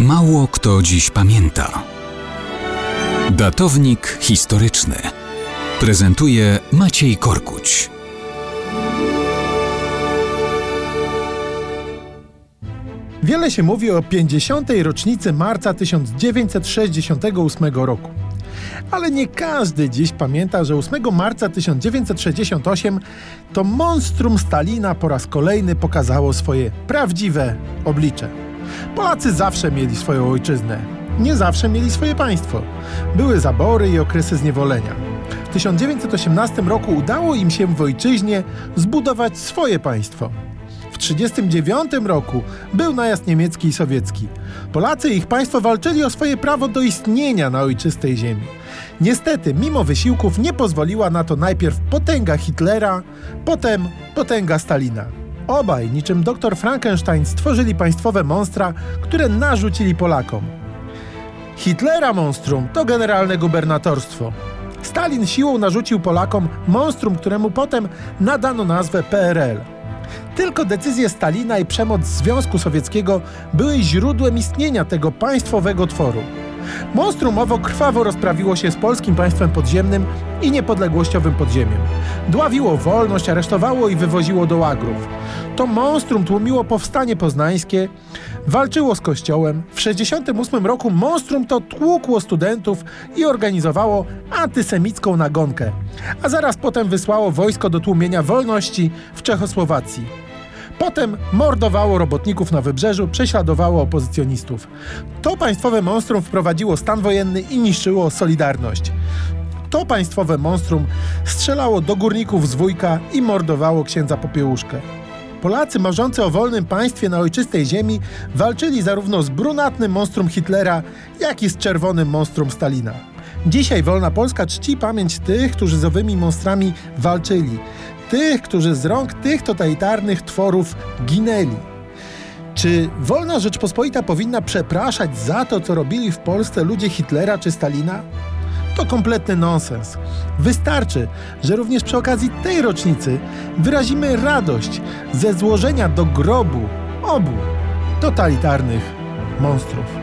Mało kto dziś pamięta. Datownik historyczny prezentuje Maciej Korkuć. Wiele się mówi o 50. rocznicy marca 1968 roku. Ale nie każdy dziś pamięta, że 8 marca 1968 to monstrum Stalina po raz kolejny pokazało swoje prawdziwe oblicze. Polacy zawsze mieli swoją ojczyznę, nie zawsze mieli swoje państwo. Były zabory i okresy zniewolenia. W 1918 roku udało im się w ojczyźnie zbudować swoje państwo. W 1939 roku był najazd niemiecki i sowiecki. Polacy i ich państwo walczyli o swoje prawo do istnienia na ojczystej ziemi. Niestety, mimo wysiłków nie pozwoliła na to najpierw potęga Hitlera, potem potęga Stalina. Obaj, niczym dr Frankenstein, stworzyli państwowe monstra, które narzucili Polakom. Hitlera monstrum to generalne gubernatorstwo. Stalin siłą narzucił Polakom monstrum, któremu potem nadano nazwę PRL. Tylko decyzje Stalina i przemoc Związku Sowieckiego były źródłem istnienia tego państwowego tworu. Monstrum owo krwawo rozprawiło się z polskim państwem podziemnym i niepodległościowym podziemiem. Dławiło wolność, aresztowało i wywoziło do łagrów. To monstrum tłumiło powstanie poznańskie, walczyło z kościołem. W 1968 roku monstrum to tłukło studentów i organizowało antysemicką nagonkę, a zaraz potem wysłało wojsko do tłumienia wolności w Czechosłowacji. Potem mordowało robotników na Wybrzeżu, prześladowało opozycjonistów. To państwowe monstrum wprowadziło stan wojenny i niszczyło Solidarność. To państwowe monstrum strzelało do górników z Wujka i mordowało księdza Popiełuszkę. Polacy marzący o wolnym państwie na ojczystej ziemi walczyli zarówno z brunatnym monstrum Hitlera, jak i z czerwonym monstrum Stalina. Dzisiaj wolna Polska czci pamięć tych, którzy z owymi monstrami walczyli. Tych, którzy z rąk tych totalitarnych tworów ginęli. Czy wolna Rzeczpospolita powinna przepraszać za to, co robili w Polsce ludzie Hitlera czy Stalina? To kompletny nonsens. Wystarczy, że również przy okazji tej rocznicy wyrazimy radość ze złożenia do grobu obu totalitarnych monstrów.